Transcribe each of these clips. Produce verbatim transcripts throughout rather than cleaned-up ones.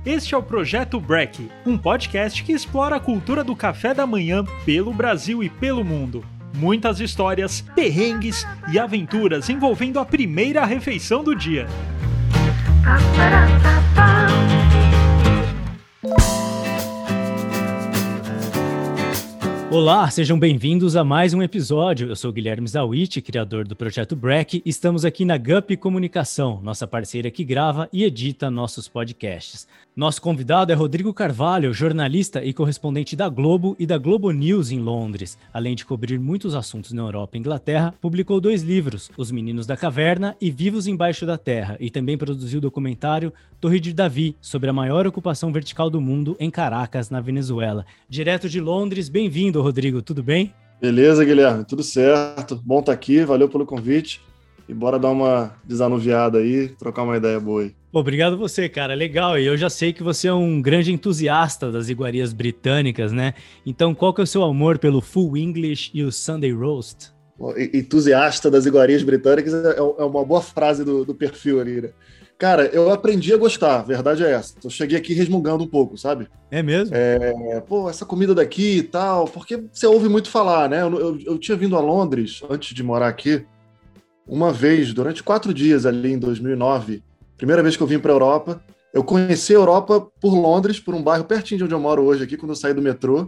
Este é o Projeto Break, um podcast que explora a cultura do café da manhã pelo Brasil e pelo mundo. Muitas histórias, perrengues e aventuras envolvendo a primeira refeição do dia. Olá, sejam bem-vindos a mais um episódio. Eu sou Guilherme Zawitch, criador do Projeto Break. Estamos aqui na Gup Comunicação, nossa parceira que grava e edita nossos podcasts. Nosso convidado é Rodrigo Carvalho, jornalista e correspondente da Globo e da Globo News em Londres. Além de cobrir muitos assuntos na Europa e Inglaterra, publicou dois livros, Os Meninos da Caverna e Vivos Embaixo da Terra, e também produziu o documentário Torre de Davi, sobre a maior ocupação vertical do mundo em Caracas, na Venezuela. Direto de Londres, bem-vindo, Rodrigo, tudo bem? Beleza, Guilherme, tudo certo. Bom estar aqui, valeu pelo convite. E bora dar uma desanuviada aí, trocar uma ideia boa aí. Obrigado você, cara, legal. E eu já sei que você é um grande entusiasta das iguarias britânicas, né? Então, qual que é o seu amor pelo Full English e o Sunday Roast? Entusiasta das iguarias britânicas é uma boa frase do, do perfil ali, né? Cara, eu aprendi a gostar, a verdade é essa. Eu cheguei aqui resmungando um pouco, sabe? É mesmo? É, pô, essa comida daqui e tal, porque você ouve muito falar, né? Eu, eu, eu tinha vindo a Londres, antes de morar aqui, uma vez, durante quatro dias ali em dois mil e nove, primeira vez que eu vim para a Europa. Eu conheci a Europa por Londres, por um bairro pertinho de onde eu moro hoje aqui, quando eu saí do metrô.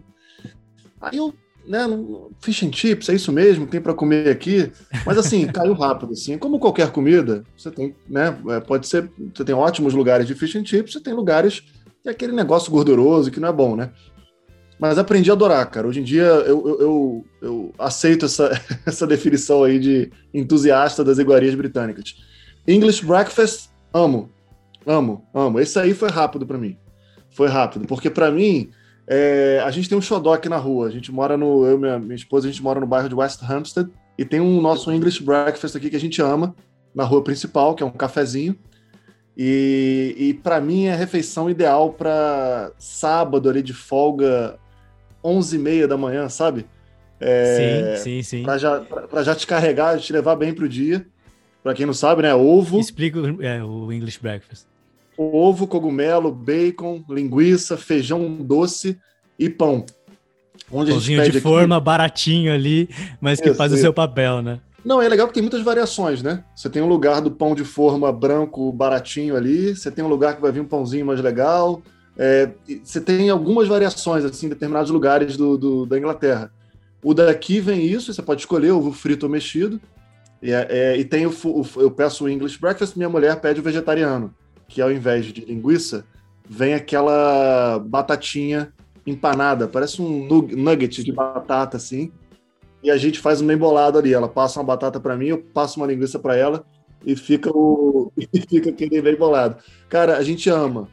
Aí eu, né, fish and chips, é isso mesmo, tem para comer aqui. Mas assim, caiu rápido, assim. Como qualquer comida, você tem, né, pode ser, você tem ótimos lugares de fish and chips, você tem lugares que é aquele negócio gorduroso que não é bom, né? Mas aprendi a adorar, cara. Hoje em dia eu, eu, eu, eu aceito essa, essa definição aí de entusiasta das iguarias britânicas. English breakfast, amo. Amo, amo. Esse aí foi rápido para mim. Foi rápido, porque para mim, é, a gente tem um xodó aqui na rua. A gente mora no... Eu e minha, minha esposa, a gente mora no bairro de West Hampstead e tem um nosso English breakfast aqui que a gente ama, na rua principal, que é um cafezinho. E, e para mim é a refeição ideal para sábado ali de folga, onze e meia da manhã, sabe? É, sim, sim, sim. Para já, pra já te carregar, te levar bem pro dia. Para quem não sabe, né? Ovo. Explica é, o English breakfast. Ovo, cogumelo, bacon, linguiça, feijão doce e pão. Onde Pãozinho a gente pede de forma, aqui... baratinho ali, mas que isso, faz isso. o seu papel, né? Não, é legal que tem muitas variações, né? Você tem um lugar do pão de forma branco, baratinho ali. Você tem um lugar que vai vir um pãozinho mais legal. É, você tem algumas variações, assim, em determinados lugares do, do, da Inglaterra. O daqui vem isso, você pode escolher ovo frito ou mexido. E, é, e tem o, o, eu peço o English breakfast, minha mulher pede o vegetariano, que ao invés de linguiça, vem aquela batatinha empanada, parece um nugget de batata, assim. E a gente faz um bem bolado ali. Ela passa uma batata para mim, eu passo uma linguiça para ela e fica, o, e fica aquele bem bolado. Cara, a gente ama.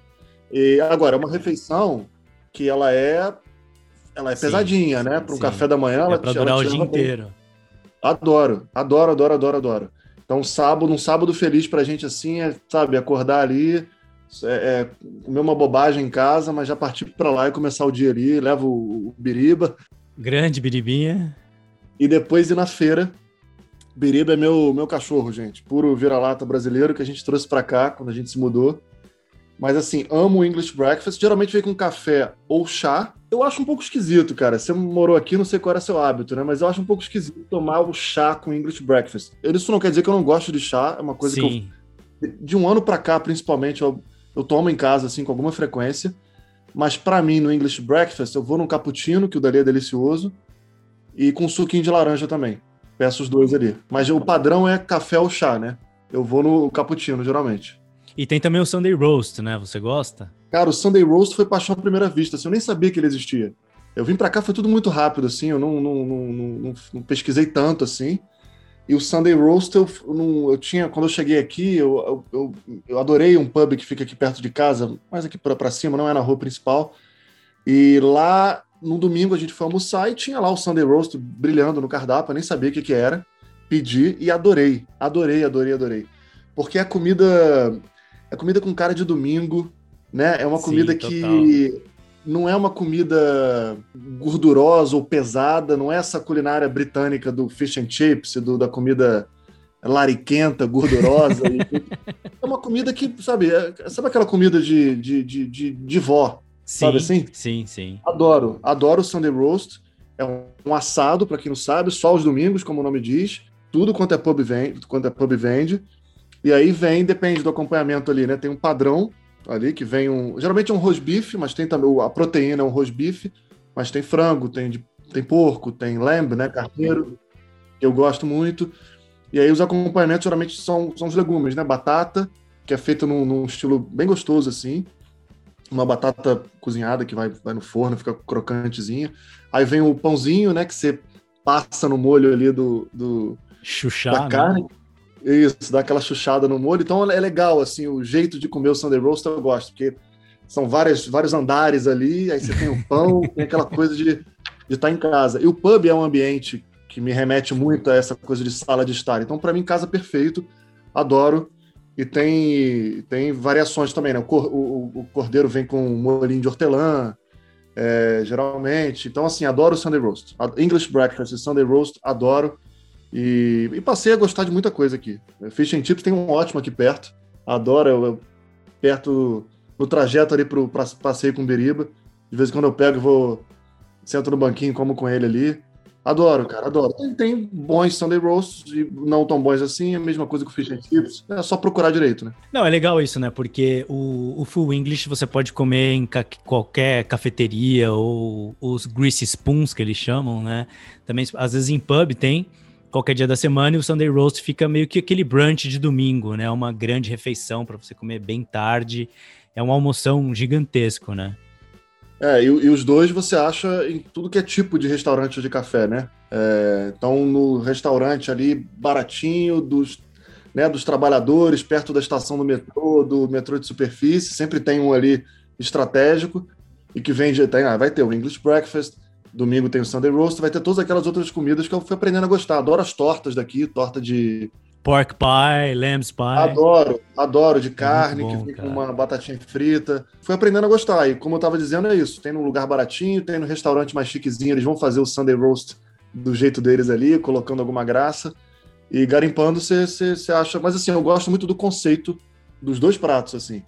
E agora, é uma refeição que ela é, ela é sim, pesadinha, né? Para um sim. café da manhã. É para durar o dia inteiro. Bem. Adoro, adoro, adoro, adoro, adoro. Então, sábado, um sábado feliz pra gente assim é, sabe, acordar ali, é, é, comer uma bobagem em casa, mas já partir para lá e começar o dia ali, levo o, o biriba. Grande biribinha. E depois ir na feira. Biriba é meu, meu cachorro, gente. Puro vira-lata brasileiro que a gente trouxe para cá quando a gente se mudou. Mas assim, amo o English breakfast. Geralmente vem com café ou chá. Eu acho um pouco esquisito, cara. Você morou aqui, não sei qual era seu hábito, né? Mas eu acho um pouco esquisito tomar o chá com English breakfast. Isso não quer dizer que eu não gosto de chá. É uma coisa Sim. que eu... De um ano pra cá, principalmente, eu, eu tomo em casa, assim, com alguma frequência. Mas pra mim, no English breakfast, eu vou num cappuccino, que o dali é delicioso. E com suquinho de laranja também. Peço os dois ali. Mas o padrão é café ou chá, né? Eu vou no cappuccino, geralmente. E tem também o Sunday Roast, né? Você gosta? Cara, o Sunday Roast foi paixão à primeira vista. Assim, eu nem sabia que ele existia. Eu vim pra cá, foi tudo muito rápido, assim. Eu não, não, não, não, não pesquisei tanto, assim. E o Sunday Roast, eu, não, eu tinha... Quando eu cheguei aqui, eu, eu, eu adorei um pub que fica aqui perto de casa, mais aqui pra, pra cima, não é na rua principal. E lá, no domingo, a gente foi almoçar e tinha lá o Sunday Roast brilhando no cardápio. Eu nem sabia o que que era. Pedi e adorei. Adorei, adorei, adorei. Porque a comida... É comida com cara de domingo, né? É uma comida Sim, que não é uma comida gordurosa ou pesada, não é essa culinária britânica do fish and chips, do, da comida lariquenta, gordurosa. E é uma comida que, sabe, é, sabe aquela comida de, de, de, de, de vó? Sim, sabe assim? Sim, sim. Adoro, adoro o Sunday Roast. É um, um assado, para quem não sabe, só aos domingos, como o nome diz. Tudo quanto é pub vende, quanto é pub vende. E aí vem, depende do acompanhamento ali, né? Tem um padrão ali que vem um... Geralmente é um roast beef, mas tem também... A proteína é um roast beef, mas tem frango, tem, tem porco, tem lamb, né? Carneiro, que eu gosto muito. E aí os acompanhamentos geralmente são, são os legumes, né? Batata, que é feita num, num estilo bem gostoso, assim. Uma batata cozinhada que vai, vai no forno, fica crocantezinha. Aí vem o pãozinho, né? Que você passa no molho ali do... do Chuchá, da carne. Né? Isso, dá aquela chuchada no molho. Então é legal, assim, o jeito de comer o Sunday Roast eu gosto, porque são várias, vários andares ali, aí você tem o pão, tem aquela coisa de, de estar em casa. E o pub é um ambiente que me remete muito a essa coisa de sala de estar. Então, para mim, casa perfeito, adoro. E tem, tem variações também, né? O, cor, o, o cordeiro vem com um molhinho de hortelã, é, geralmente. Então, assim, adoro o Sunday Roast. English Breakfast e Sunday Roast, adoro. E, e passei a gostar de muita coisa aqui. Fish and Chips tem um ótimo aqui perto. Adoro, eu, eu, perto, no trajeto ali para o passeio com o Biriba. De vez em quando eu pego e vou, sento no banquinho, como com ele ali. Adoro, cara, adoro. Tem, tem bons Sunday Roasts e não tão bons assim, é a mesma coisa que o Fish and Chips. É só procurar direito, né? Não, é legal isso, né? Porque o, o Full English você pode comer em ca qualquer cafeteria ou os greasy spoons que eles chamam, né? Também, às vezes em pub tem, qualquer dia da semana, e o Sunday Roast fica meio que aquele brunch de domingo, né? Uma grande refeição para você comer bem tarde. É um almoção gigantesco, né? É, e, e os dois você acha em tudo que é tipo de restaurante de café, né? É, então, no restaurante ali, baratinho, dos, né, dos trabalhadores, perto da estação do metrô, do metrô de superfície, sempre tem um ali estratégico, e que vende, tem, ah, vai ter o English Breakfast, domingo tem o Sunday Roast, vai ter todas aquelas outras comidas que eu fui aprendendo a gostar. Adoro as tortas daqui, torta de... Pork pie, lamb's pie. Adoro, adoro de É carne, muito bom, que vem com cara. uma batatinha frita. Fui aprendendo a gostar. E como eu tava dizendo, é isso. Tem num lugar baratinho, tem no restaurante mais chiquezinho, eles vão fazer o Sunday Roast do jeito deles ali, colocando alguma graça. E garimpando, você acha... Mas assim, eu gosto muito do conceito dos dois pratos, assim.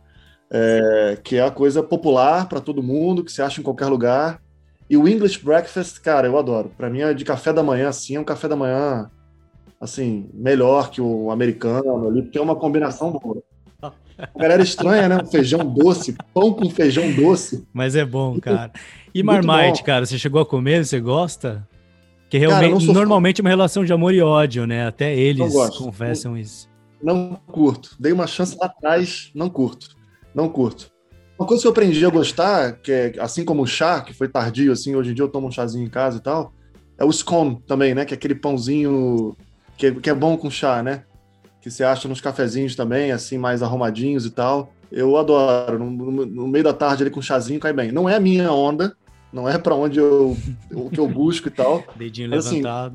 É, que é a coisa popular para todo mundo, que você acha em qualquer lugar. E o English Breakfast, cara, eu adoro. Para mim, é de café da manhã, assim, é um café da manhã... assim, melhor que o americano ali, porque é uma combinação boa. A galera estranha, né? Um feijão doce, pão com feijão doce. Mas é bom, cara. E Muito Marmite, bom. cara, você chegou a comer? Você gosta? Que Cara, eu realmente, não sou normalmente é uma relação de amor e ódio, né? Até Não eles gosto. confessam isso. Não curto. Dei uma chance lá atrás, não curto. Não curto. Uma coisa que eu aprendi a gostar, que é assim como o chá, que foi tardio, assim, hoje em dia eu tomo um chazinho em casa e tal, é o scone também, né? Que é aquele pãozinho que é, que é bom com chá, né? Que você acha nos cafezinhos também, assim, mais arrumadinhos e tal. Eu adoro. No, no, no meio da tarde ali com chazinho cai bem. Não é a minha onda, não é pra onde eu, o que eu busco e tal. Dedinho Mas, assim, levantado.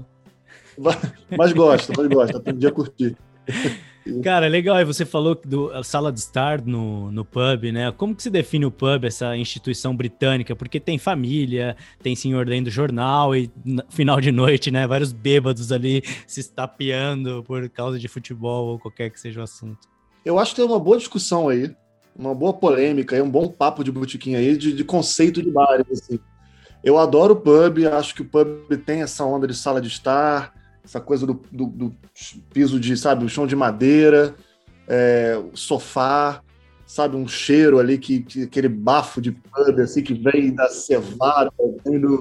mas gosto, mas gosto. Aprendi a curtir. Cara, legal. E você falou do sala de estar no, no pub, né? Como que se define o pub, essa instituição britânica? Porque tem família, tem senhor lendo jornal e no final de noite, né? Vários bêbados ali se estapeando por causa de futebol ou qualquer que seja o assunto. Eu acho que tem uma boa discussão aí, uma boa polêmica, aí, um bom papo de botequim aí, de, de conceito de bares, assim. Eu adoro o pub, acho que o pub tem essa onda de sala de estar, essa coisa do, do, do piso de, sabe, o chão de madeira, é, o sofá, sabe, um cheiro ali, que, que, aquele bafo de pub, assim, que vem da cevada, vem do...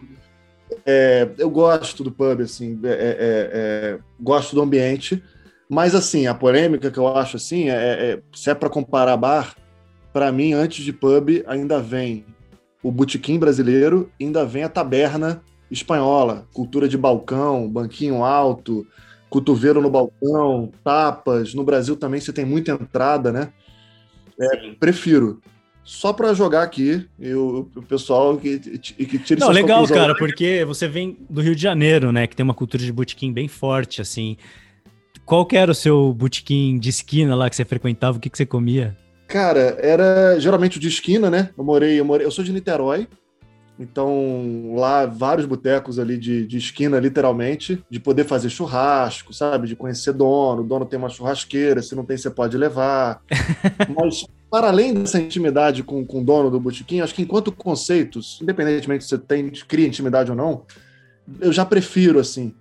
É, eu gosto do pub, assim, é, é, é, gosto do ambiente, mas, assim, a polêmica que eu acho, assim, é, é se é para comparar bar, para mim, antes de pub, ainda vem o botequim brasileiro, ainda vem a taberna espanhola, cultura de balcão, banquinho alto, cotovelo no balcão, tapas. No Brasil também você tem muita entrada, né? É, prefiro. Só para jogar aqui, e o, o pessoal que, que tire Não, suas legal, conclusões. cara, porque você vem do Rio de Janeiro, né? Que tem uma cultura de botequim bem forte, assim. Qual que era o seu botequim de esquina lá que você frequentava? O que, que você comia? Cara, era geralmente o de esquina, né? Eu morei, eu morei, eu sou de Niterói, Então, lá, vários botecos ali de, de esquina, literalmente, de poder fazer churrasco, sabe? De conhecer dono, o dono tem uma churrasqueira, se não tem, você pode levar. Mas, para além dessa intimidade com, com o dono do botequim, acho que enquanto conceitos, independentemente se você tem, cria intimidade ou não, eu já prefiro, assim,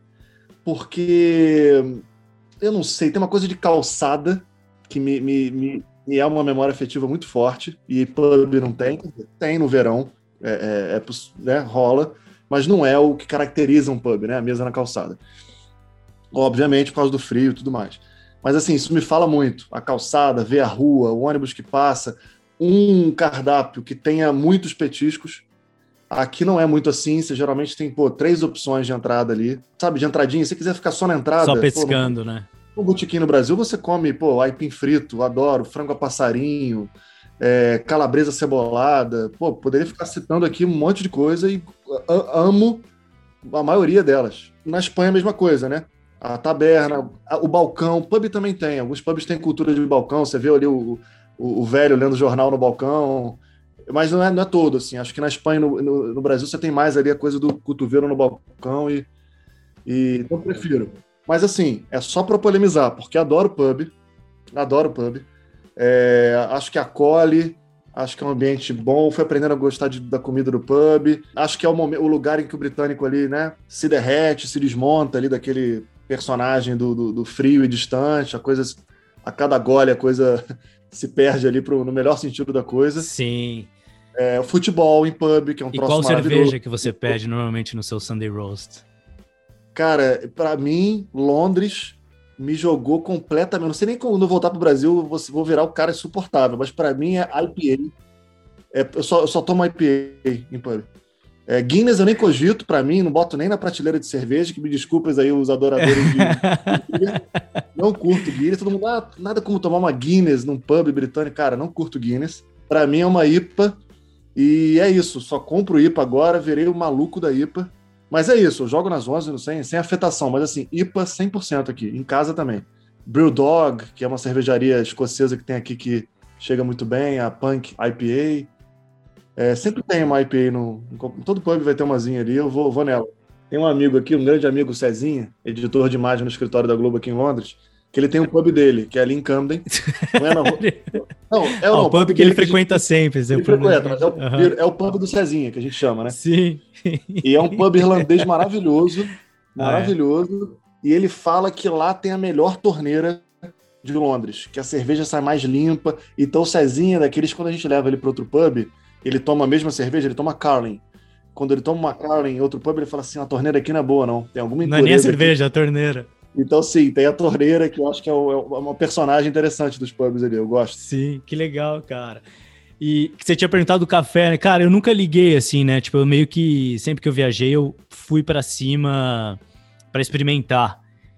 porque, eu não sei, tem uma coisa de calçada que me, me, me, me é uma memória afetiva muito forte, e pub não tem, tem no verão, é, é, é, né, rola, mas não é o que caracteriza um pub, né, a mesa na calçada. Obviamente, por causa do frio e tudo mais. Mas, assim, isso me fala muito. A calçada, ver a rua, o ônibus que passa, um cardápio que tenha muitos petiscos. Aqui não é muito assim, você geralmente tem, pô, três opções de entrada ali. Sabe, de entradinha, se você quiser ficar só na entrada... Só pescando, pô, no, né? No botequim no Brasil, você come, pô, aipim frito, adoro, frango a passarinho, é, calabresa cebolada. Pô, poderia ficar citando aqui um monte de coisa e amo a maioria delas. Na Espanha, a mesma coisa, né? A taberna, o balcão, pub também tem. Alguns pubs têm cultura de balcão, você vê ali o, o, o velho lendo jornal no balcão, mas não é, não é todo, assim. Acho que na Espanha e no, no, no Brasil você tem mais ali a coisa do cotovelo no balcão e, e então eu prefiro. Mas assim, é só para polemizar, porque adoro pub, adoro pub. É, acho que acolhe, acho que é um ambiente bom, fui aprendendo a gostar de, da comida do pub. Acho que é o, momento, o lugar em que o britânico ali, né, se derrete, se desmonta ali daquele personagem do, do, do frio e distante, a coisa, a cada gole a coisa se perde ali pro, no melhor sentido da coisa. Sim. É, o futebol em pub, que é um e troço qual maravilhoso. Cerveja que você pede normalmente no seu Sunday Roast? Cara, pra mim, Londres me jogou completamente. Não sei nem quando eu voltar pro Brasil eu vou, vou virar o cara insuportável, mas pra mim é I P A. É, eu, só, eu só tomo I P A em pub. É, Guinness eu nem cogito, pra mim, não boto nem na prateleira de cerveja, que me desculpem aí os adoradores de... Não curto Guinness, todo mundo, ah, nada como tomar uma Guinness num pub britânico. Cara, não curto Guinness. Pra mim é uma I P A, e é isso, só compro I P A agora, virei o maluco da I P A. Mas é isso, eu jogo nas onze, sem, sem afetação, mas assim, I P A cem por cento aqui, em casa também. Brewdog, que é uma cervejaria escocesa que tem aqui que chega muito bem, a Punk I P A. É, sempre tem uma I P A, no, em todo pub vai ter umazinha ali, eu vou, vou nela. Tem um amigo aqui, um grande amigo, Cezinha, editor de imagem no escritório da Globo aqui em Londres, que ele tem um pub dele, que é ali em Camden. Não é na rua. Não, é o não, pub, pub que ele frequenta gente, sempre. Ele frequenta, mas é o, uhum. é o pub do Cezinha, que a gente chama, né? Sim. E é um pub irlandês maravilhoso, maravilhoso, ah, é? E ele fala que lá tem a melhor torneira de Londres, que a cerveja sai mais limpa. Então o Cezinha, daqueles, quando a gente leva ele para outro pub, ele toma a mesma cerveja, ele toma Carling. Quando ele toma uma Carling em outro pub, ele fala assim, a torneira aqui não é boa, não. Tem alguma impureza. Não é nem a cerveja, aqui. A torneira. Então, sim, tem a torneira, que eu acho que é uma personagem interessante dos pubs ali, eu gosto. Sim, que legal, cara. E você tinha perguntado do café, né? Cara, eu nunca liguei assim, né? Tipo, eu meio que, sempre que eu viajei, eu fui pra cima pra experimentar.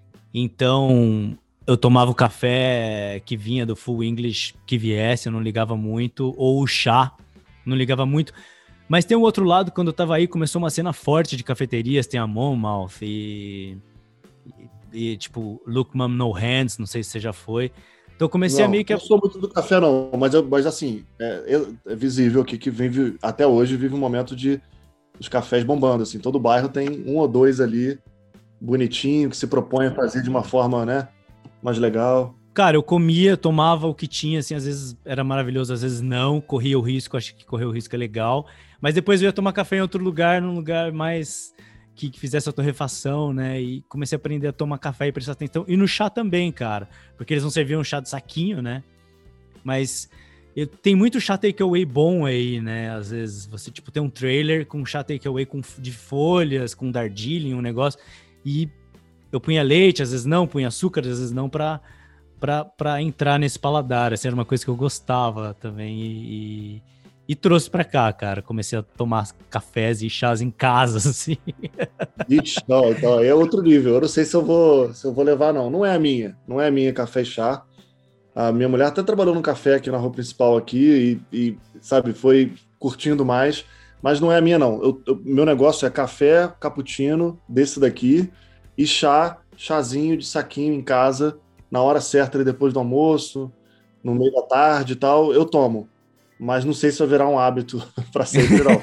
Então, eu tomava o café que vinha do Full English que viesse, eu não ligava muito, ou o chá, não ligava muito. Mas tem um outro lado, quando eu tava aí, começou uma cena forte de cafeterias, tem a Monmouth e, e, e tipo, Look Mum No Hands, não sei se você já foi. Então eu comecei não, a meio que... Eu não sou muito do café não, mas, eu, mas assim, é, é visível aqui que vive, até hoje vive um momento de os cafés bombando, assim, todo bairro tem um ou dois ali, bonitinho, que se propõe a fazer de uma forma, né, mais legal. Cara, eu comia, tomava o que tinha, assim, às vezes era maravilhoso, às vezes não, corria o risco, acho que correr o risco é legal, mas depois eu ia tomar café em outro lugar, num lugar mais que, que fizesse a torrefação, né, e comecei a aprender a tomar café e prestar atenção, e no chá também, cara, porque eles não serviam chá de saquinho, né, mas eu, tem muito chá takeaway bom aí, né, às vezes você, tipo, tem um trailer com chá takeaway com, de folhas, com Darjeeling, um negócio, e eu punha leite, às vezes não, punha açúcar, às vezes não, pra... Pra, pra entrar nesse paladar, assim, era uma coisa que eu gostava também e, e, e trouxe pra cá, cara, comecei a tomar cafés e chás em casa, assim. Ixi, não, então, é outro nível, eu não sei se eu vou, se eu vou levar não, não é a minha, não é a minha café e chá, a minha mulher até trabalhou num café aqui na rua principal aqui e, e sabe, foi curtindo mais, mas não é a minha não, eu, eu, meu negócio é café, cappuccino, desse daqui, e chá, chazinho de saquinho em casa, na hora certa, ali depois do almoço, no meio da tarde e tal, eu tomo. mas não sei se vai virar um hábito para sempre, não.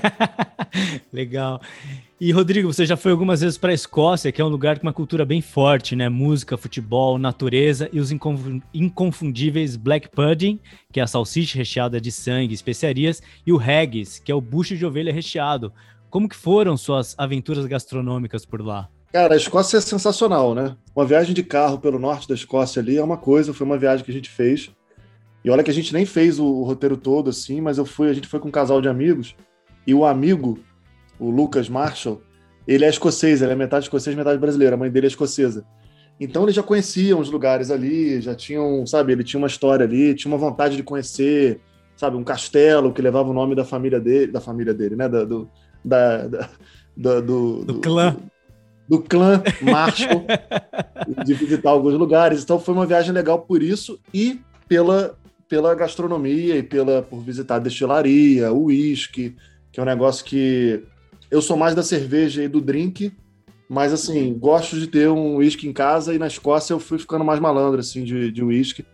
Legal. E, Rodrigo, você já foi algumas vezes para a Escócia, que é um lugar com uma cultura bem forte, né? Música, futebol, natureza e os inconfundíveis black pudding, que é a salsicha recheada de sangue e especiarias, e o haggis, que é o bucho de ovelha recheado. Como que foram suas aventuras gastronômicas por lá? Cara, a Escócia é sensacional, né? Uma viagem de carro pelo norte da Escócia ali é uma coisa, foi uma viagem que a gente fez. E olha que a gente nem fez o, o roteiro todo assim, mas eu fui, a gente foi com um casal de amigos, e o amigo, o Lucas Marshall, ele é escocês, ele é metade escocês, metade brasileiro, a mãe dele é escocesa. Então eles já conheciam os lugares ali, já tinham, sabe, ele tinha uma história ali, tinha uma vontade de conhecer, sabe, um castelo que levava o nome da família dele, da família dele, né, da, do, da, da, da, do, do, do clã. Do, do clã Marshall, de visitar alguns lugares. Então foi uma viagem legal por isso e pela, pela gastronomia e pela, por visitar a destilaria, o uísque, que é um negócio que eu sou mais da cerveja e do drink, mas, assim, gosto de ter um uísque em casa, e na Escócia eu fui ficando mais malandro, assim, de uísque,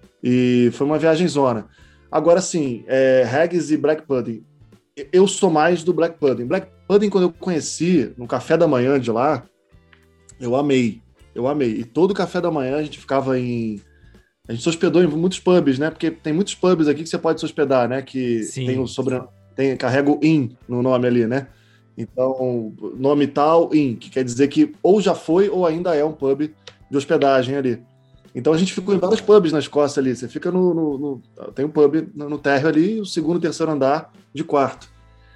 e foi uma viagem zona. Agora, assim, é, haggis e black pudding, eu sou mais do black pudding. Black pudding, quando eu conheci, no café da manhã de lá, eu amei, eu amei. E todo café da manhã a gente ficava em... A gente se hospedou em muitos pubs, né? Porque tem muitos pubs aqui que você pode se hospedar, né? Que Sim. tem o sobre... tem, carrega o in no nome ali, né? Então, nome tal, in, que quer dizer que ou já foi ou ainda é um pub de hospedagem ali. Então a gente ficou em vários pubs na Escócia ali. Você fica no... no, no tem um pub no, no térreo ali, o segundo e terceiro andar de quarto.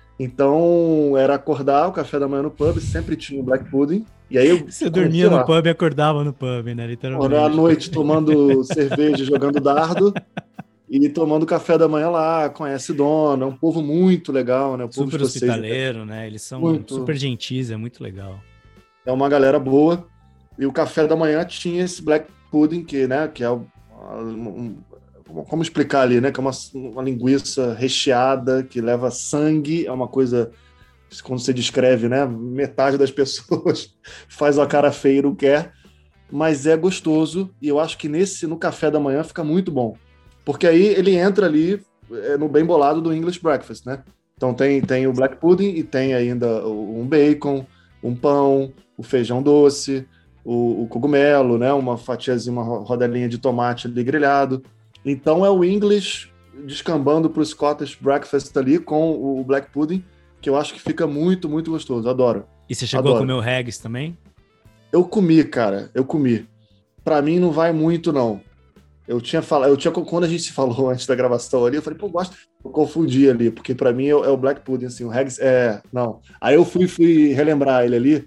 Então, era acordar, o café da manhã no pub, sempre tinha o black pudding. E aí eu Você dormia no pub e acordava no pub, né? Literalmente. À noite, tomando cerveja, jogando dardo. E tomando café da manhã lá, conhece dona, é um povo muito legal, né? O povo super escocês, hospitaleiro, né? Eles são muito, super gentis, é muito legal. É uma galera boa. E o café da manhã tinha esse black pudding, que, né, que é um, um, como explicar ali, né? Que é uma, uma linguiça recheada, que leva sangue, é uma coisa, quando você descreve, né? Metade das pessoas faz a cara feia e não quer, mas é gostoso, e eu acho que nesse, no café da manhã fica muito bom. Porque aí ele entra ali é, no bem bolado do English breakfast, né? Então tem, tem o black pudding e tem ainda um bacon, um pão, o feijão doce, o, o cogumelo, né? Uma fatiazinha, uma rodelinha de tomate ali grelhado. Então é o English descambando para o Scottish breakfast ali com o black pudding, que eu acho que fica muito, muito gostoso. Adoro. E você chegou Adoro. a comer o haggis também? Eu comi, cara. Eu comi. Para mim não vai muito, não. Eu tinha falado, eu tinha, quando a gente se falou antes da gravação ali, eu falei, pô, gosto, eu confundi ali, porque pra mim é o black pudding, assim, o haggis, é, não. Aí eu fui, fui relembrar ele ali,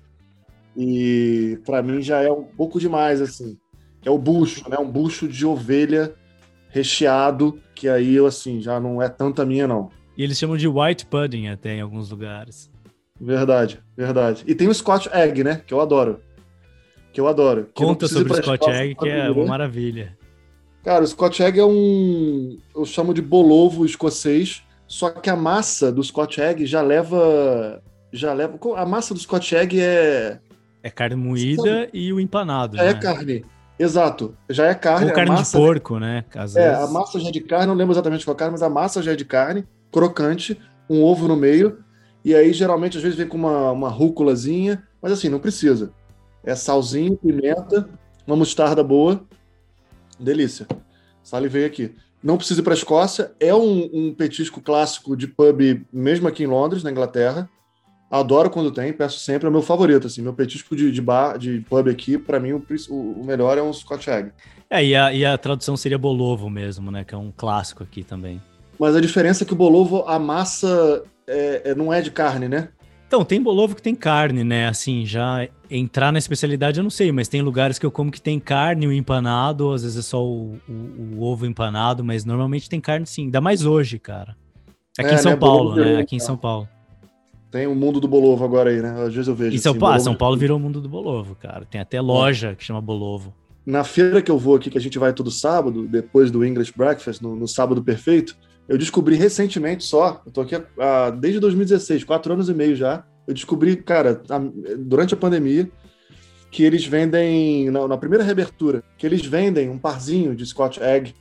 e pra mim já é um pouco demais, assim, que é o bucho, né, um bucho de ovelha recheado, que aí eu, assim, já não é tanto a minha, não. E eles chamam de white pudding até em alguns lugares. Verdade, verdade. E tem o Scotch Egg, né, que eu adoro, que eu adoro. Conta sobre o Scotch Egg, que é uma maravilha. Cara, o Scotch Egg é um... eu chamo de bolovo escocês, só que a massa do Scotch Egg já leva... já leva... A massa do Scotch Egg é... É carne moída e o empanado, já né? É carne, exato. Já é carne. Ou carne massa... de porco, né? Às é, vezes... a massa já é de carne, não lembro exatamente qual carne, mas a massa já é de carne, crocante, um ovo no meio, e aí geralmente às vezes vem com uma, uma rúculazinha, mas assim, não precisa. É salzinho, pimenta, uma mostarda boa... Delícia. Salivei aqui. Não precisa ir para a Escócia. É um, um petisco clássico de pub, mesmo aqui em Londres, na Inglaterra. Adoro quando tem, peço sempre. É o meu favorito, assim. Meu petisco de, de bar, de pub aqui, para mim, o, o melhor é um Scotch Egg. É, e a, e a tradução seria bolovo mesmo, né? Que é um clássico aqui também. Mas a diferença é que o bolovo, a massa é, é, não é de carne, né? Então, tem bolovo que tem carne, né? Assim, já entrar na especialidade eu não sei, mas tem lugares que eu como que tem carne, o empanado, às vezes é só o, o, o ovo empanado, mas normalmente tem carne sim, ainda mais hoje, cara. Aqui é, em São né? Paulo, bolovo né? Virou, Aqui em São Paulo. Tem o mundo do bolovo agora aí, né? Às vezes eu vejo. Em São, assim, Paulo, São Paulo virou o mundo do bolovo, cara. Tem até loja é. que chama bolovo. Na feira que eu vou aqui, que a gente vai todo sábado, depois do English Breakfast, no, no sábado perfeito, eu descobri recentemente só, eu tô aqui há, desde dois mil e dezesseis, quatro anos e meio já, eu descobri, cara, durante a pandemia, que eles vendem, na, na primeira reabertura, que eles vendem um parzinho de Scotch Egg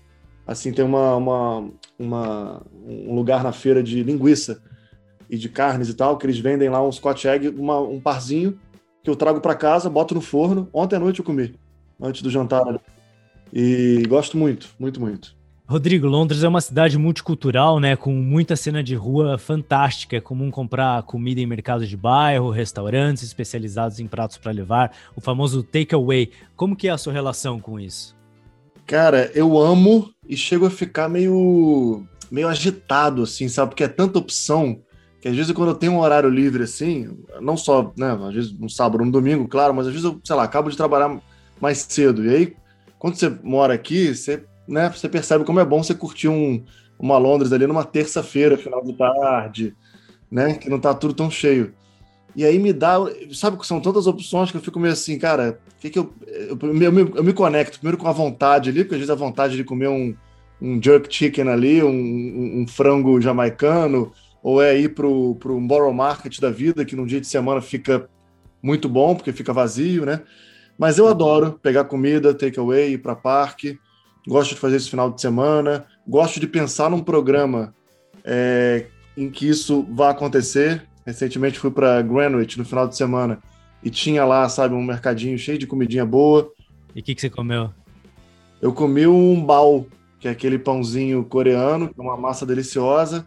Assim, tem uma, uma, uma, um lugar na feira de linguiça e de carnes e tal, que eles vendem lá um Scotch Egg, uma, um parzinho que eu trago para casa, boto no forno. Ontem à noite eu comi, antes do jantar. E gosto muito, muito, muito. Rodrigo, Londres é uma cidade multicultural, né, com muita cena de rua fantástica. É comum comprar comida em mercados de bairro, restaurantes especializados em pratos para levar, o famoso takeaway. Como que é a sua relação com isso? Cara, eu amo e chego a ficar meio, meio agitado, assim, sabe? Porque é tanta opção que às vezes quando eu tenho um horário livre, assim, não só, né, às vezes no sábado ou no domingo, claro, mas às vezes eu, sei lá, acabo de trabalhar mais cedo. E aí, quando você mora aqui, você, né, você percebe como é bom você curtir um, uma Londres ali numa terça-feira, final de tarde, né, que não tá tudo tão cheio. E aí me dá, sabe que são tantas opções que eu fico meio assim, cara, que que eu, eu, eu, me, eu me conecto primeiro com a vontade ali, porque às vezes a vontade de comer um, um jerk chicken ali, um, um, um frango jamaicano, ou é ir pro, pro um Borough Market da vida, que num dia de semana fica muito bom, porque fica vazio, né? Mas eu adoro pegar comida, takeaway, ir para parque, gosto de fazer esse final de semana, gosto de pensar num programa é, em que isso vai acontecer. Recentemente fui para Greenwich no final de semana e tinha lá, sabe, um mercadinho cheio de comidinha boa. E o que, que você comeu? Eu comi um bao, que é aquele pãozinho coreano, que é uma massa deliciosa,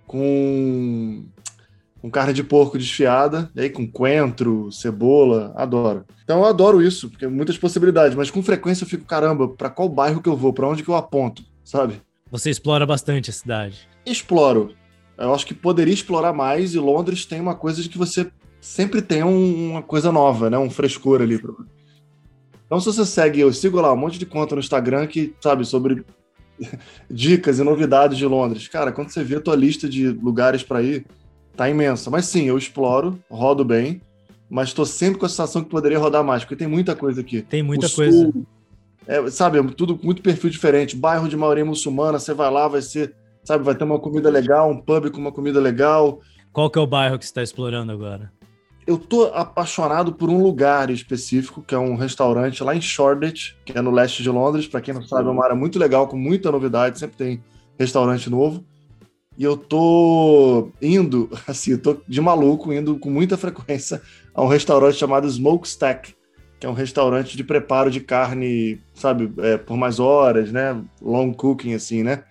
com, com carne de porco desfiada, e aí com coentro, cebola, adoro. Então eu adoro isso, porque muitas possibilidades, mas com frequência eu fico, caramba, para qual bairro que eu vou, para onde que eu aponto, sabe? Você explora bastante a cidade. Exploro. Eu acho que poderia explorar mais, e Londres tem uma coisa de que você sempre tem um, uma coisa nova, né? Um frescor ali. Então, se você segue, eu sigo lá um monte de conta no Instagram que, sabe, sobre dicas e novidades de Londres. Cara, quando você vê a tua lista de lugares para ir, tá imensa. Mas sim, eu exploro, rodo bem, mas estou sempre com a sensação que poderia rodar mais, porque tem muita coisa aqui. Tem muita o coisa. Sul, é, sabe, é tudo muito perfil diferente. Bairro de maioria muçulmana, você vai lá, vai ser... Sabe, vai ter uma comida legal, um pub com uma comida legal. Qual que é o bairro que você está explorando agora? Eu tô apaixonado por um lugar específico, que é um restaurante lá em Shoreditch, que é no leste de Londres. Para quem não sabe, é uma área muito legal, com muita novidade, sempre tem restaurante novo. E eu tô indo, assim, eu tô de maluco, indo com muita frequência a um restaurante chamado Smokestack, que é um restaurante de preparo de carne, sabe, é, por mais horas, né? Long cooking, assim, né?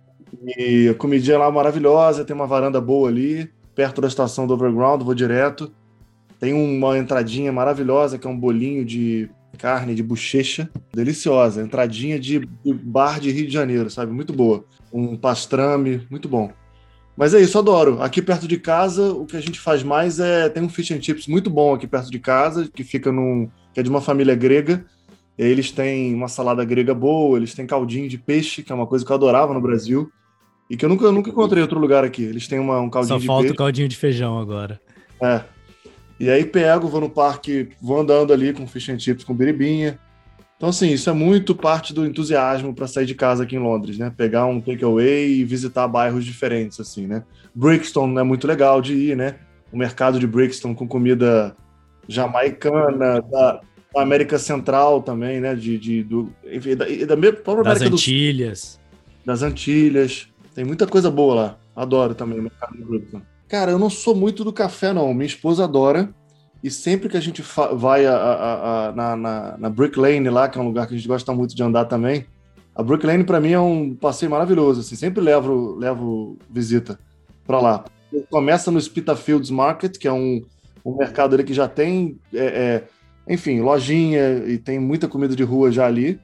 E a comidinha lá maravilhosa, tem uma varanda boa ali, perto da estação do Overground, vou direto. Tem uma entradinha maravilhosa, que é um bolinho de carne de bochecha, deliciosa. Entradinha de, de bar de Rio de Janeiro, sabe? Muito boa. Um pastrame, muito bom. Mas é isso, adoro. Aqui perto de casa, o que a gente faz mais é... Tem um fish and chips muito bom aqui perto de casa, que fica num... que é de uma família grega. Eles têm uma salada grega boa, eles têm caldinho de peixe, que é uma coisa que eu adorava no Brasil. E que eu nunca, eu nunca encontrei em outro lugar aqui. Eles têm uma, um caldinho de peixe. Só falta o caldinho de feijão agora. É. E aí pego, vou no parque, vou andando ali com fish and chips, com biribinha. Então, assim, isso é muito parte do entusiasmo para sair de casa aqui em Londres, né? Pegar um takeaway e visitar bairros diferentes, assim, né? Brixton é muito legal de ir, né? O mercado de Brixton com comida jamaicana, da, da América Central também, né? De, de, do, enfim, da, da própria das América Antilhas. do, das Antilhas. Tem muita coisa boa lá. Adoro também o mercado de Brixton. Cara, eu não sou muito do café, não. Minha esposa adora. E sempre que a gente vai a, a, a, na, na, na Brick Lane lá, que é um lugar que a gente gosta muito de andar também, a Brick Lane para mim é um passeio maravilhoso. Assim, sempre levo, levo visita para lá. Começa no Spitalfields Market, que é um, um mercado ali que já tem, é, é, enfim, lojinha e tem muita comida de rua já ali.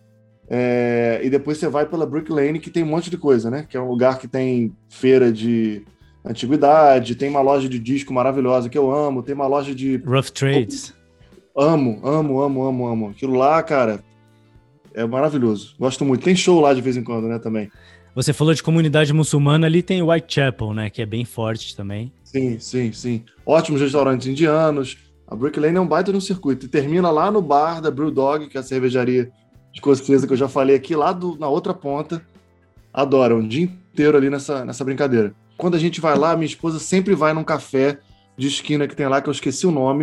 É, e depois você vai pela Brick Lane, que tem um monte de coisa, né? Que é um lugar que tem feira de antiguidade, tem uma loja de disco maravilhosa que eu amo, tem uma loja de... Rough Trades. Amo, amo, amo, amo, amo. Aquilo lá, cara, é maravilhoso. Gosto muito. Tem show lá de vez em quando, né, também. Você falou de comunidade muçulmana, ali tem Whitechapel, né, que é bem forte também. Sim, sim, sim. Ótimos restaurantes indianos. A Brick Lane é um baita no circuito. E termina lá no bar da Brewdog, que é a cervejaria escocesa que eu já falei aqui, lá do, na outra ponta. Adoro, um dia inteiro ali nessa, nessa brincadeira. Quando a gente vai lá, minha esposa sempre vai num café de esquina que tem lá, que eu esqueci o nome,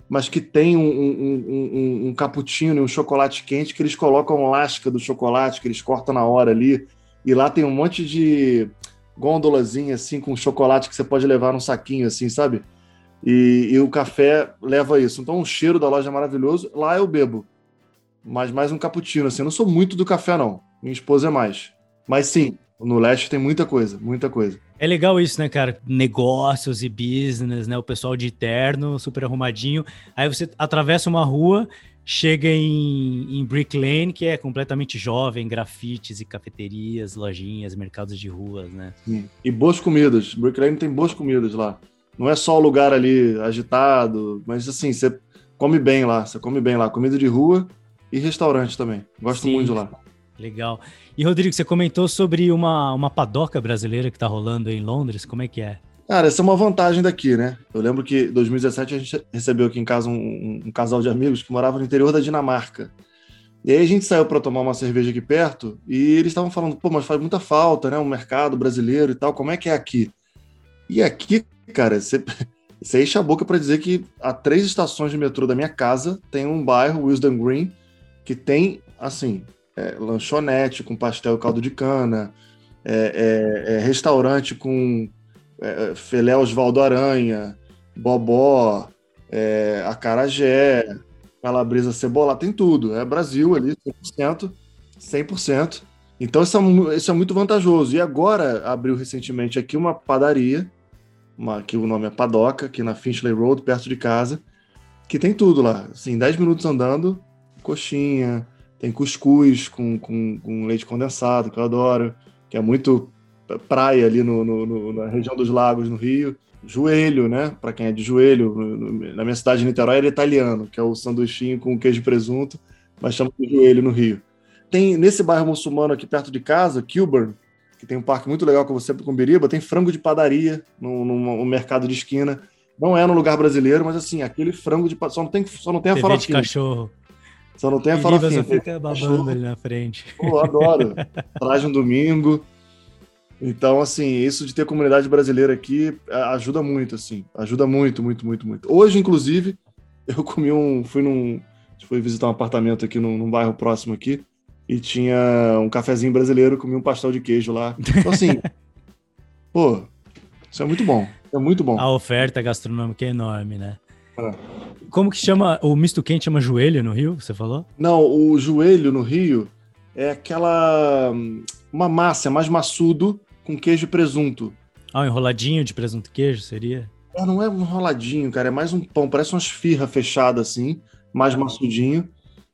mas que tem um, um, um, um cappuccino e um chocolate quente que eles colocam lasca do chocolate, que eles cortam na hora ali. E lá tem um monte de gôndolazinha, assim, com chocolate que você pode levar num saquinho, assim, sabe? E, e o café leva isso. Então, o cheiro da loja é maravilhoso. Lá eu bebo. Mas mais um cappuccino, assim. Eu não sou muito do café, não. Minha esposa é mais. Mas sim, no leste tem muita coisa, muita coisa. É legal isso, né, cara? Negócios e business, né? O pessoal de terno, super arrumadinho. Aí você atravessa uma rua, chega em, em Brick Lane, que é completamente jovem, grafites e cafeterias, lojinhas, mercados de ruas, né? Sim. E boas comidas. Brick Lane tem boas comidas lá. Não é só o lugar ali agitado, mas assim, você come bem lá. Você come bem lá. Comida de rua e restaurante também. Gosto Sim. muito de lá. Legal. E, Rodrigo, você comentou sobre uma, uma padoca brasileira que tá rolando aí em Londres. Como é que é? Cara, essa é uma vantagem daqui, né? Eu lembro que em dois mil e dezessete a gente recebeu aqui em casa um, um, um casal de amigos que morava no interior da Dinamarca. E aí a gente saiu para tomar uma cerveja aqui perto e eles estavam falando, pô, mas faz muita falta, né? O mercado brasileiro e tal, como é que é aqui? E aqui, cara, você, você enche a boca para dizer que a três estações de metrô da minha casa tem um bairro, Willesden Green, que tem, assim... É, lanchonete com pastel e caldo de cana, é, é, é, restaurante com é, filé Osvaldo Aranha, bobó, é, acarajé, calabresa cebolada, tem tudo. É Brasil ali, cem por cento. cem por cento. Então isso é, isso é muito vantajoso. E agora abriu recentemente aqui uma padaria, uma, que o nome é Padoca, aqui na Finchley Road, perto de casa, que tem tudo lá. Assim, dez minutos andando, coxinha... Tem cuscuz com, com, com leite condensado, que eu adoro, que é muito praia ali no, no, no, na região dos lagos, no Rio. Joelho, né? Para quem é de joelho, no, no, na minha cidade de Niterói era italiano, que é o sanduichinho com queijo e presunto, mas chama de joelho no Rio. Tem nesse bairro muçulmano aqui perto de casa, Kilburn, que tem um parque muito legal que eu vou sempre com Biriba, tem frango de padaria no, no, no mercado de esquina. Não é no lugar brasileiro, mas assim, aquele frango de só não tem, só não tem a farofinha. T V de cachorro. Só não tem a farofinha. Só fica babando ali na frente. Pô, adoro. Traz um domingo. Então, assim, isso de ter comunidade brasileira aqui ajuda muito, assim. Ajuda muito, muito, muito, muito. Hoje, inclusive, eu comi um... Fui num... Fui visitar um apartamento aqui num, num bairro próximo aqui e tinha um cafezinho brasileiro, comi um pastel de queijo lá. Então, assim, pô, isso é muito bom. É muito bom. A oferta gastronômica é enorme, né? É. Como que chama, o misto quente chama joelho no Rio, você falou? Não, o joelho no Rio é aquela, uma massa, é mais maçudo, com queijo e presunto. Ah, um enroladinho de presunto e queijo seria? É, não é um enroladinho, cara, é mais um pão, parece uma esfirra fechada assim, mais maçudinho.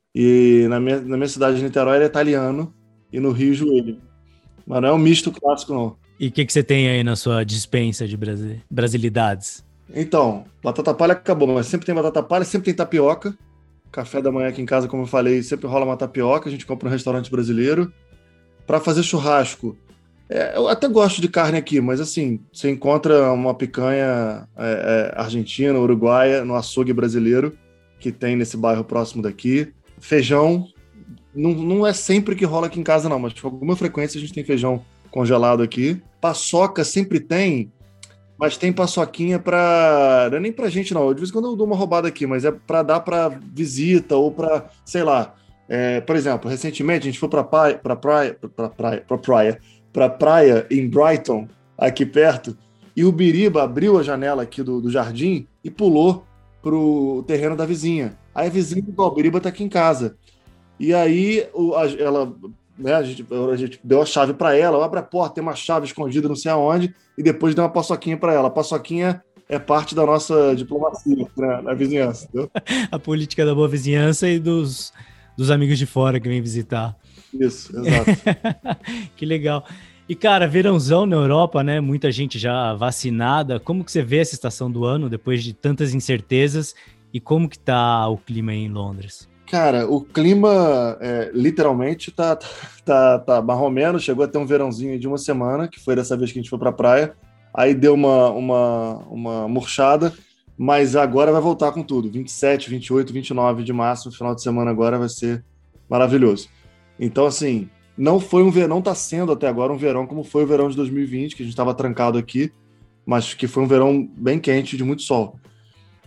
E na minha, na minha cidade de Niterói era italiano, e no Rio joelho. Mas não é um misto clássico, não. E o que, que você tem aí na sua dispensa de brasi- brasilidades? Então, batata palha acabou, mas sempre tem batata palha, sempre tem tapioca. Café da manhã aqui em casa, como eu falei, sempre rola uma tapioca, a gente compra no restaurante brasileiro. Para fazer churrasco, é, eu até gosto de carne aqui, mas assim, você encontra uma picanha é, é, argentina, uruguaia, no açougue brasileiro, que tem nesse bairro próximo daqui. Feijão, não, não é sempre que rola aqui em casa não, mas com alguma frequência a gente tem feijão congelado aqui. Paçoca sempre tem, mas tem paçoquinha pra... Não é nem pra gente, não. De vez em quando eu dou uma roubada aqui, mas é pra dar pra visita ou pra, sei lá. É, por exemplo, recentemente a gente foi pra praia, pra praia, pra praia, pra praia, pra praia em Brighton, aqui perto, e o Biriba abriu a janela aqui do, do jardim e pulou pro terreno da vizinha. Aí a vizinha, igual, o Biriba tá aqui em casa. E aí o, a, ela... Né, a, gente, a gente deu a chave para ela, abre a porta, tem uma chave escondida não sei aonde, e depois deu uma paçoquinha para ela. A paçoquinha é parte da nossa diplomacia, né, na vizinhança. Entendeu? A política da boa vizinhança e dos, dos amigos de fora que vêm visitar. Isso, exato. Que legal. E, cara, verãozão na Europa, né? Muita gente já vacinada. Como que você vê essa estação do ano, depois de tantas incertezas? E como que tá o clima aí em Londres? Cara, o clima, é, literalmente, tá, tá, tá marromeno. Chegou a ter um verãozinho de uma semana, que foi dessa vez que a gente foi pra praia. Aí deu uma, uma, uma murchada, mas agora vai voltar com tudo. vinte e sete, vinte e oito, vinte e nove de março, no final de semana agora, vai ser maravilhoso. Então, assim, não foi um verão, não tá sendo até agora um verão como foi o verão de dois mil e vinte, que a gente estava trancado aqui, mas que foi um verão bem quente, de muito sol.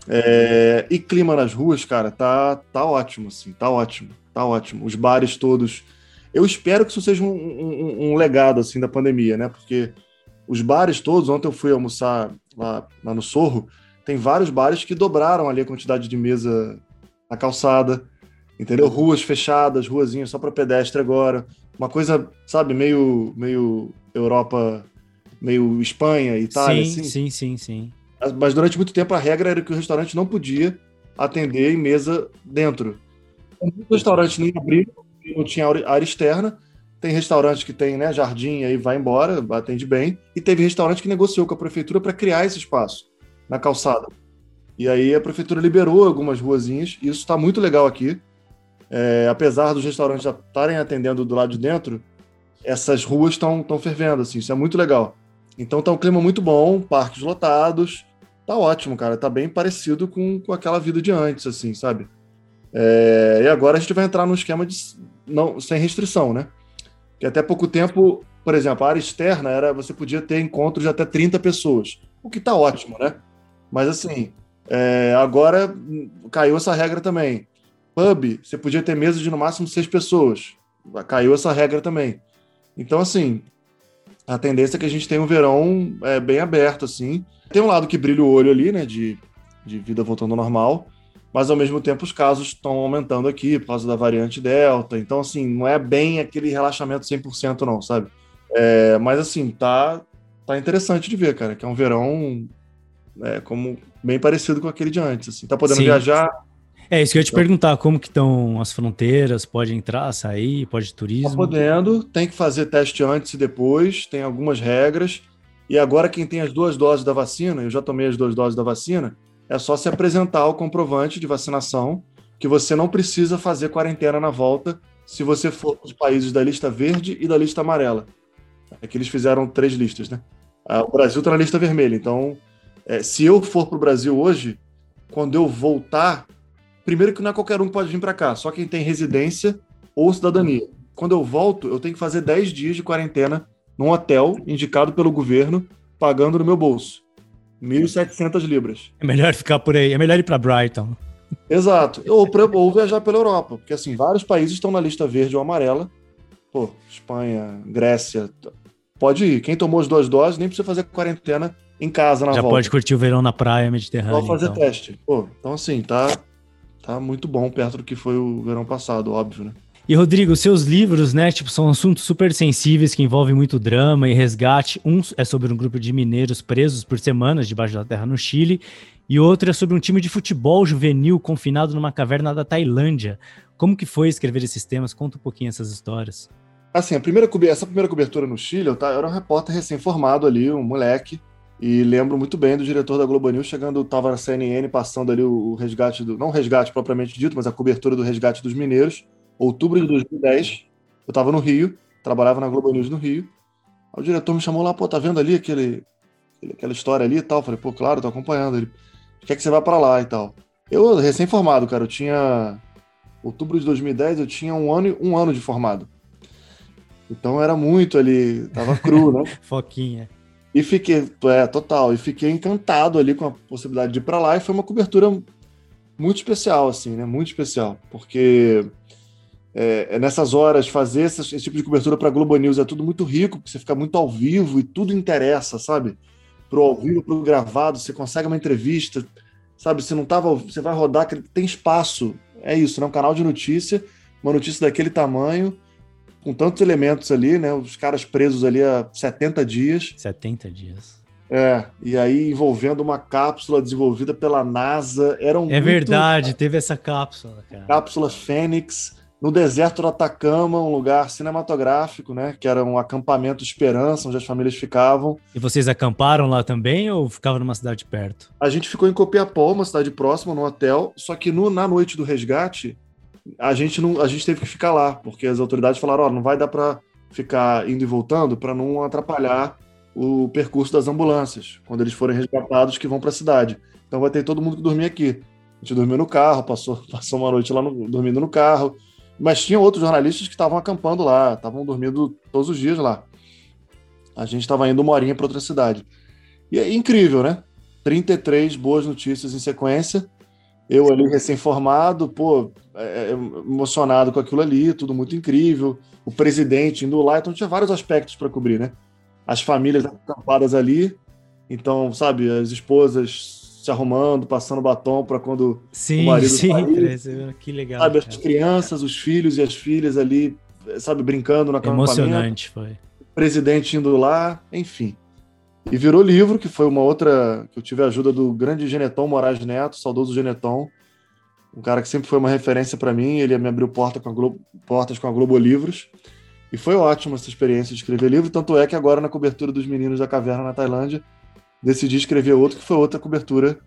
É, e clima nas ruas, cara, tá, tá ótimo, assim, tá ótimo, tá ótimo. Os bares todos. Eu espero que isso seja um, um, um legado, assim, da pandemia, né? Porque os bares todos, ontem eu fui almoçar lá, lá no Sorro, tem vários bares que dobraram ali a quantidade de mesa na calçada, entendeu? Ruas fechadas, ruazinhas só para pedestre agora. Uma coisa, sabe, meio, meio Europa, meio Espanha, Itália, Sim, assim. sim, sim, sim. Mas durante muito tempo a regra era que o restaurante não podia atender em mesa dentro. Muitos restaurantes nem abriram, não tinha área externa. Tem restaurante que tem, né, jardim, aí vai embora, atende bem. E teve restaurante que negociou com a prefeitura para criar esse espaço na calçada. E aí a prefeitura liberou algumas ruazinhas, e isso está muito legal aqui. É, apesar dos restaurantes já estarem atendendo do lado de dentro, essas ruas estão fervendo, assim, isso é muito legal. Então tá um clima muito bom, parques lotados, tá ótimo, cara, tá bem parecido com, com aquela vida de antes, assim, sabe? É, e agora a gente vai entrar num esquema de não, sem restrição, né? Que até pouco tempo, por exemplo, a área externa era, você podia ter encontros de até trinta pessoas, o que tá ótimo, né? Mas assim, é, agora caiu essa regra também. Pub, você podia ter mesas de no máximo seis pessoas, caiu essa regra também. Então, assim, a tendência é que a gente tenha um verão é, bem aberto, assim. Tem um lado que brilha o olho ali, né, de, de vida voltando ao normal, mas ao mesmo tempo os casos estão aumentando aqui por causa da variante Delta. Então, assim, não é bem aquele relaxamento cem por cento não, sabe? É, mas, assim, tá, tá interessante de ver, cara, que é um verão é, como bem parecido com aquele de antes, assim. Tá podendo Sim. viajar. É isso que eu ia te perguntar, como que estão as fronteiras, pode entrar, sair, pode turismo? Tá podendo, tem que fazer teste antes e depois, tem algumas regras. E agora quem tem as duas doses da vacina, eu já tomei as duas doses da vacina, é só se apresentar o comprovante de vacinação, que você não precisa fazer quarentena na volta se você for para os países da lista verde e da lista amarela. É que eles fizeram três listas, né? O Brasil está na lista vermelha, então é, se eu for para o Brasil hoje, quando eu voltar, primeiro que não é qualquer um que pode vir para cá, só quem tem residência ou cidadania. Quando eu volto, eu tenho que fazer dez dias de quarentena num hotel indicado pelo governo, pagando no meu bolso. mil e setecentas libras. É melhor ficar por aí, é melhor ir para Brighton. Exato. Ou, pra, ou viajar pela Europa, porque assim, vários países estão na lista verde ou amarela. Pô, Espanha, Grécia, pode ir. Quem tomou as duas doses nem precisa fazer quarentena em casa na Já volta. pode curtir o verão na praia mediterrânea. Só fazer então. teste. Pô, então assim, tá, tá muito bom perto do que foi o verão passado, óbvio, né? E, Rodrigo, seus livros, né, tipo, são assuntos super sensíveis que envolvem muito drama e resgate. Um é sobre um grupo de mineiros presos por semanas debaixo da terra no Chile, e outro é sobre um time de futebol juvenil confinado numa caverna da Tailândia. Como que foi escrever esses temas? Conta um pouquinho essas histórias. Assim, a primeira, essa primeira cobertura no Chile, eu, tá, eu era um repórter recém-formado ali, um moleque, e lembro muito bem do diretor da Globo News chegando, tava na C N N passando ali o, o resgate, do, não o resgate propriamente dito, mas a cobertura do resgate dos mineiros, outubro de dois mil e dez, eu tava no Rio, trabalhava na Globo News no Rio, aí o diretor me chamou lá, pô, tá vendo ali aquele, aquela história ali e tal? Eu falei, pô, claro, tô acompanhando. Ele, quer que você vá pra lá e tal. Eu, recém-formado, cara, eu tinha, outubro de dois mil e dez, eu tinha um ano, um ano de formado. Então era muito ali, tava cru, né? Foquinha. E fiquei, é, total, e fiquei encantado ali com a possibilidade de ir pra lá, e foi uma cobertura muito especial, assim, né? Muito especial, porque é, nessas horas, fazer esse, esse tipo de cobertura pra Globo News é tudo muito rico, porque você fica muito ao vivo e tudo interessa, sabe? Pro ao vivo, pro gravado, você consegue uma entrevista, sabe? Você não tava, você vai rodar, tem espaço, é isso, né? Um canal de notícia, uma notícia daquele tamanho, com tantos elementos ali, né? Os caras presos ali há setenta dias. setenta dias. É, e aí envolvendo uma cápsula desenvolvida pela NASA. Eram é muito... verdade, teve essa cápsula, cara. Cápsula Fênix, no deserto do Atacama, um lugar cinematográfico, né? Que era um acampamento Esperança, onde as famílias ficavam. E vocês acamparam lá também ou ficavam numa cidade perto? A gente ficou em Copiapó, uma cidade próxima, num hotel, só que no, na noite do resgate, a gente, não, a gente teve que ficar lá, porque as autoridades falaram, ó, oh, não vai dar para ficar indo e voltando para não atrapalhar o percurso das ambulâncias, quando eles forem resgatados que vão para a cidade. Então vai ter todo mundo que dormir aqui. A gente dormiu no carro, passou, passou uma noite lá no, dormindo no carro, mas tinha outros jornalistas que estavam acampando lá, estavam dormindo todos os dias lá. A gente estava indo uma horinha para outra cidade. E é incrível, né? trinta e três boas notícias em sequência. Eu ali recém-formado, pô, é, emocionado com aquilo ali, tudo muito incrível. O presidente indo lá, então tinha vários aspectos para cobrir, né? As famílias acampadas ali, então, sabe, as esposas se arrumando, passando batom para quando sim, o marido sim, sair. que legal. Sabe, cara. as crianças, os filhos e as filhas ali, sabe, brincando no acampamento. Emocionante foi. O presidente indo lá, enfim. E virou livro, que foi uma outra, que eu tive a ajuda do grande Geneton Moraes Neto, saudoso Geneton, um cara que sempre foi uma referência para mim, ele me abriu porta com a Globo, portas com a Globo Livros, e foi ótima essa experiência de escrever livro, tanto é que agora na cobertura dos Meninos da Caverna na Tailândia, decidi escrever outro, que foi outra cobertura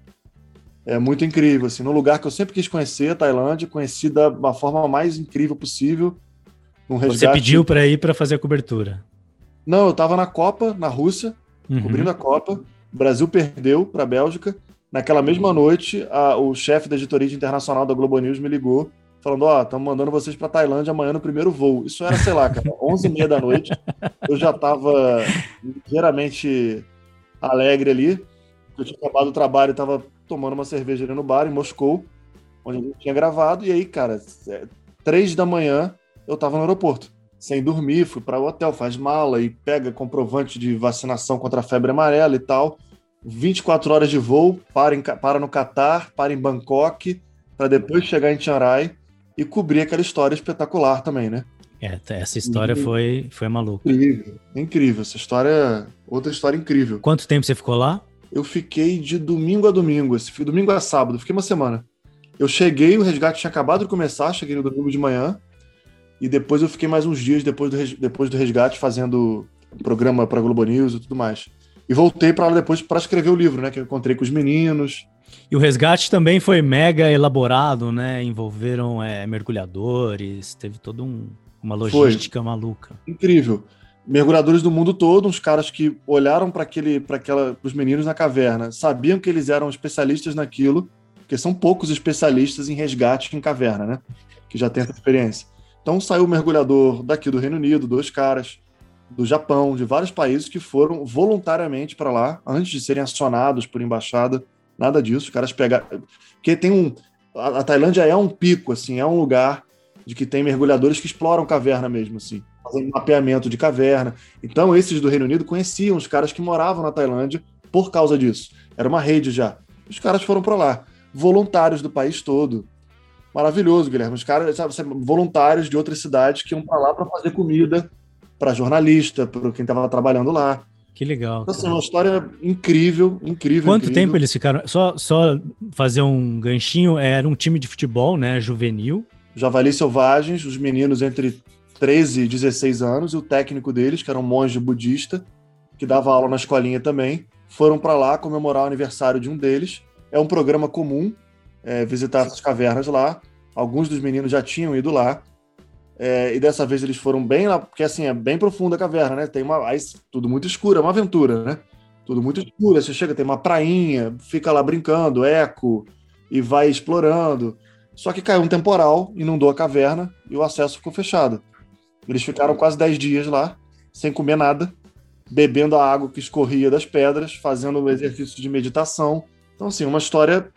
é, muito incrível, assim, num lugar que eu sempre quis conhecer, a Tailândia, conheci da uma forma mais incrível possível. Um resgate... Você pediu para ir para fazer a cobertura? Não, eu estava na Copa, na Rússia, uhum. cobrindo a Copa, o Brasil perdeu para a Bélgica. Naquela mesma noite, a, o chefe da editoria internacional da Globo News me ligou, falando, ó, oh, estamos mandando vocês para Tailândia amanhã no primeiro voo. Isso era, sei lá, cara, onze e meia da noite. Eu já estava ligeiramente alegre ali. Eu tinha acabado o trabalho e estava tomando uma cerveja ali no bar, em Moscou, onde a gente tinha gravado. E aí, cara, três da manhã, eu estava no aeroporto, sem dormir, fui para o hotel, faz mala e pega comprovante de vacinação contra a febre amarela e tal. vinte e quatro horas de voo, para, em, para no Catar, para em Bangkok, para depois chegar em Chiang Rai e cobrir aquela história espetacular também, né? É, essa história e, foi, foi maluca. Incrível, incrível. Essa história é outra história incrível. Quanto tempo você ficou lá? Eu fiquei de domingo a domingo, esse, domingo a sábado, fiquei uma semana. Eu cheguei, o resgate tinha acabado de começar, cheguei no domingo de manhã, e depois eu fiquei mais uns dias depois do, depois do resgate fazendo programa para Globo News e tudo mais. E voltei para lá depois para escrever o livro, né? Que eu encontrei com os meninos. E o resgate também foi mega elaborado, né? Envolveram é, mergulhadores, teve toda um, uma logística foi. maluca. Incrível. Mergulhadores do mundo todo, uns caras que olharam para aquele, para aquela, os meninos na caverna, sabiam que eles eram especialistas naquilo, porque são poucos especialistas em resgate em caverna, né? Que já tem essa experiência. Então saiu o mergulhador daqui do Reino Unido, dois caras, do Japão, de vários países que foram voluntariamente para lá, antes de serem acionados por embaixada, nada disso, os caras pegaram... Porque tem um... A Tailândia é um pico, assim, é um lugar de que tem mergulhadores que exploram caverna mesmo, assim, fazem mapeamento de caverna. Então, esses do Reino Unido conheciam os caras que moravam na Tailândia por causa disso. Era uma rede já. Os caras foram para lá, voluntários do país todo. Maravilhoso, Guilherme. Os caras, sabe, voluntários de outras cidades que iam para lá para fazer comida para jornalista, para quem estava trabalhando lá. Que legal. Então, assim, uma história incrível, incrível. Quanto incrível. tempo eles ficaram? Só, só fazer um ganchinho, era um time de futebol, né, juvenil. Javalis Selvagens, os meninos entre treze e dezesseis anos, e o técnico deles, que era um monge budista, que dava aula na escolinha também, foram para lá comemorar o aniversário de um deles. É um programa comum, é, visitar essas cavernas lá. Alguns dos meninos já tinham ido lá. É, e dessa vez eles foram bem lá, porque assim, é bem profunda a caverna, né? Tem uma, aí, tudo muito escuro, é uma aventura, né? Tudo muito escuro, você chega, tem uma prainha, fica lá brincando, eco, e vai explorando. Só que caiu um temporal, inundou a caverna e o acesso ficou fechado. Eles ficaram quase dez dias lá, sem comer nada, bebendo a água que escorria das pedras, fazendo um exercício de meditação. Então, assim, uma história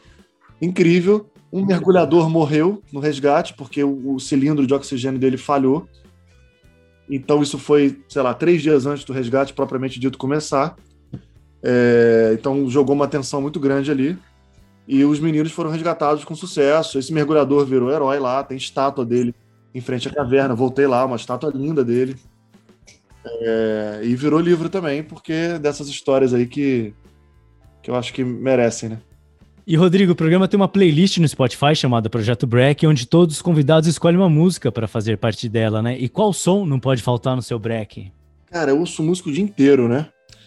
incrível. Um mergulhador morreu no resgate, porque o, o cilindro de oxigênio dele falhou. Então, isso foi, sei lá, três dias antes do resgate, propriamente dito, começar. É, então, jogou uma tensão muito grande ali. E os meninos foram resgatados com sucesso. Esse mergulhador virou herói lá, tem estátua dele em frente à caverna. Voltei lá, uma estátua linda dele. É, e virou livro também, porque dessas histórias aí que, que eu acho que merecem, né? E, Rodrigo, o programa tem uma playlist no Spotify chamada Projeto Break, onde todos os convidados escolhem uma música para fazer parte dela, né? E qual som não pode faltar no seu break? Cara, eu ouço música o dia inteiro, né?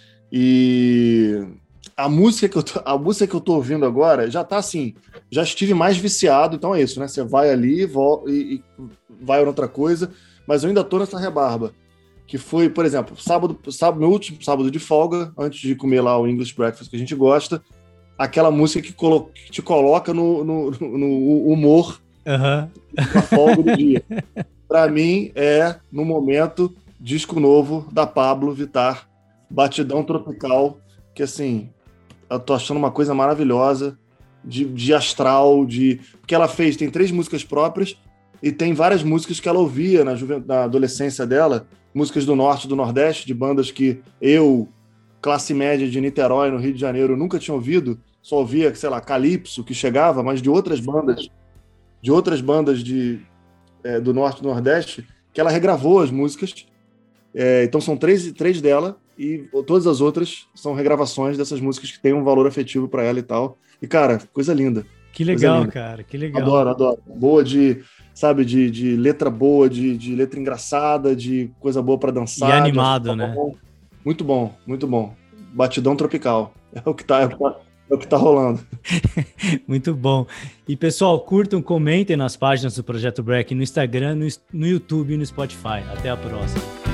E a música que eu tô, a música que eu tô ouvindo agora já tá assim, já estive mais viciado, então é isso, né? Você vai ali volta, e, e vai em outra coisa, mas eu ainda tô nessa rebarba. Que foi, por exemplo, sábado, sábado, meu último sábado de folga, antes de comer lá o English Breakfast que a gente gosta, aquela música que, colo- que te coloca no, no, no humor uhum. da folga do dia. Para mim, é, no momento, disco novo da Pablo Vittar, Batidão Tropical, que assim, eu tô achando uma coisa maravilhosa, de, de astral, de... Porque ela fez, tem três músicas próprias e tem várias músicas que ela ouvia na, juve... na adolescência dela, músicas do Norte e do Nordeste, de bandas que eu, classe média de Niterói, no Rio de Janeiro, nunca tinha ouvido, só ouvia, sei lá, Calypso, que chegava, mas de outras bandas, de outras bandas de, é, do Norte e do Nordeste, que ela regravou as músicas. É, então são três, três dela, e todas as outras são regravações dessas músicas que têm um valor afetivo para ela e tal. E, cara, coisa linda. Que legal, cara, que legal. Adoro, adoro. Boa de, sabe, de, de letra boa, de, de letra engraçada, de coisa boa para dançar. E animado, né? Bom. Muito bom, muito bom. Batidão tropical. É o que tá, é o que tá, é o que tá rolando. Muito bom. E, pessoal, curtam, comentem nas páginas do Projeto Break no Instagram, no, no YouTube e no Spotify. Até a próxima.